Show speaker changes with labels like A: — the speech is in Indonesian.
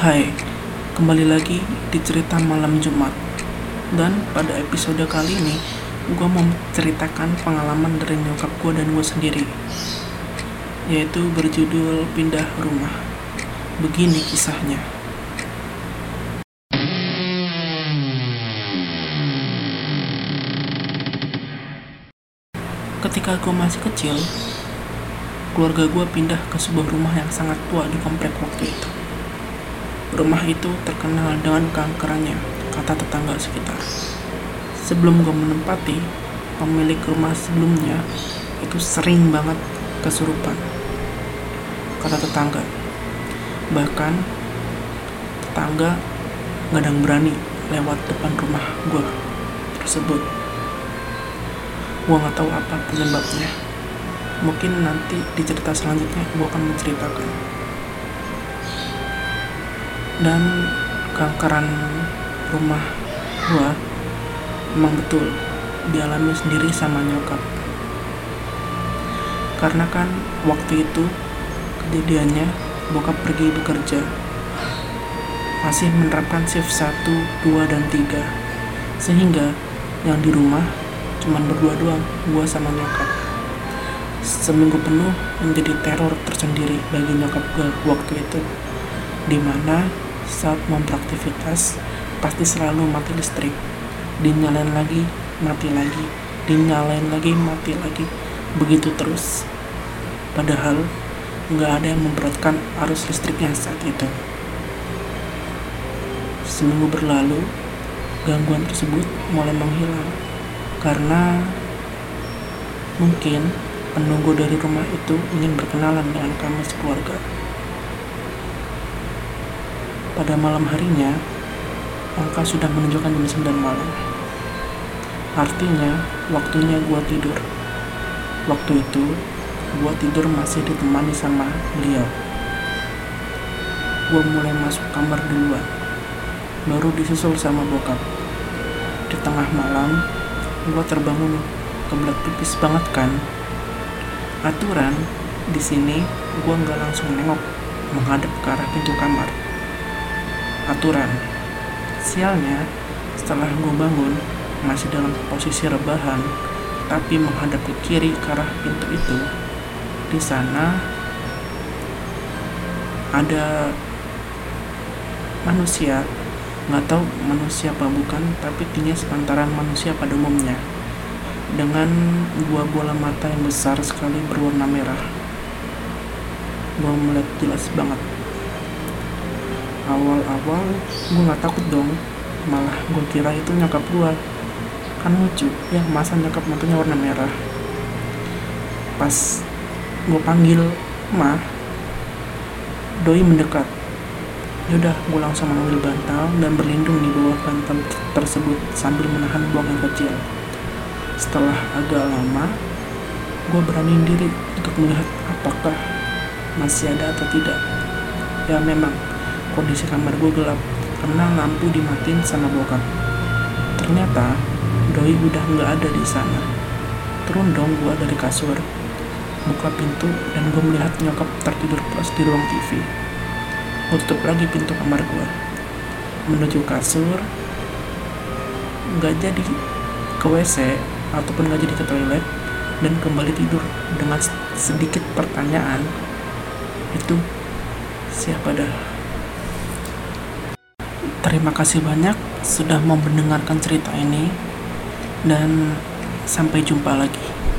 A: Hai, kembali lagi di cerita malam Jumat. Dan pada episode kali ini, gue mau menceritakan pengalaman dari nyokap gue dan gue sendiri, yaitu berjudul pindah rumah. Begini kisahnya. Ketika gue masih kecil, keluarga gue pindah ke sebuah rumah yang sangat tua di komplek waktu itu. Rumah itu terkenal dengan keangkerannya, kata tetangga sekitar. Sebelum gue menempati, pemilik rumah sebelumnya itu sering banget kesurupan, kata tetangga. Bahkan tetangga gak ada yang berani lewat depan rumah gue tersebut. Gue gak tahu apa penyebabnya. Mungkin nanti di cerita selanjutnya gue akan menceritakan. Dan keangkeran rumah gue emang betul dialami sendiri sama nyokap. Karena kan waktu itu kejadiannya bokap pergi bekerja, masih menerapkan shift 1, 2, dan 3, sehingga yang di rumah cuman berdua doang, gue sama nyokap. Seminggu penuh menjadi teror tersendiri bagi nyokap gue waktu itu, dimana saat mau beraktivitas pasti selalu mati listrik, dinyalain lagi, mati lagi, dinyalain lagi, mati lagi, begitu terus. Padahal nggak ada yang memberatkan arus listriknya saat itu. Seminggu berlalu, gangguan tersebut mulai menghilang karena mungkin penunggu dari rumah itu ingin berkenalan dengan kami sekeluarga. Pada malam harinya, angka sudah menunjukkan jam 9 malam. Artinya, waktunya gua tidur. Waktu itu, gua tidur masih ditemani sama beliau. Gua mulai masuk kamar duluan, baru disusul sama bokap. Di tengah malam, gua terbangun, kebelet pipis banget kan. Aturan di sini, gua nggak langsung nengok menghadap ke arah pintu kamar. Aturan. Sialnya, setelah gue bangun masih dalam posisi rebahan, tapi menghadap ke kiri ke arah pintu itu, di sana ada manusia. Nggak tahu manusia apa bukan, tapi tingginya sepantaran manusia pada umumnya, dengan dua bola mata yang besar sekali berwarna merah. Gue melihat jelas banget. Awal-awal gue gak takut dong, malah gue kira itu nyokap gue. Kan lucu ya, masa nyokap matanya warna merah. Pas gue panggil Ma, doi mendekat. Yaudah, gue langsung mengambil bantal dan berlindung di bawah bantal tersebut sambil menahan buang yang kecil. Setelah agak lama, gue beraniin diri untuk melihat apakah masih ada atau tidak. Ya memang kondisi kamar gue gelap karena lampu dimatiin sama bokap. Ternyata doi udah nggak ada di sana. Turun dong gue dari kasur, buka pintu dan gue melihat nyokap tertidur pulas di ruang TV. Gue tutup lagi pintu kamar gue, menuju kasur, nggak jadi ke WC ataupun nggak jadi ke toilet, dan kembali tidur dengan sedikit pertanyaan, itu siapa dah? Terima kasih banyak sudah mau mendengarkan cerita ini, dan sampai jumpa lagi.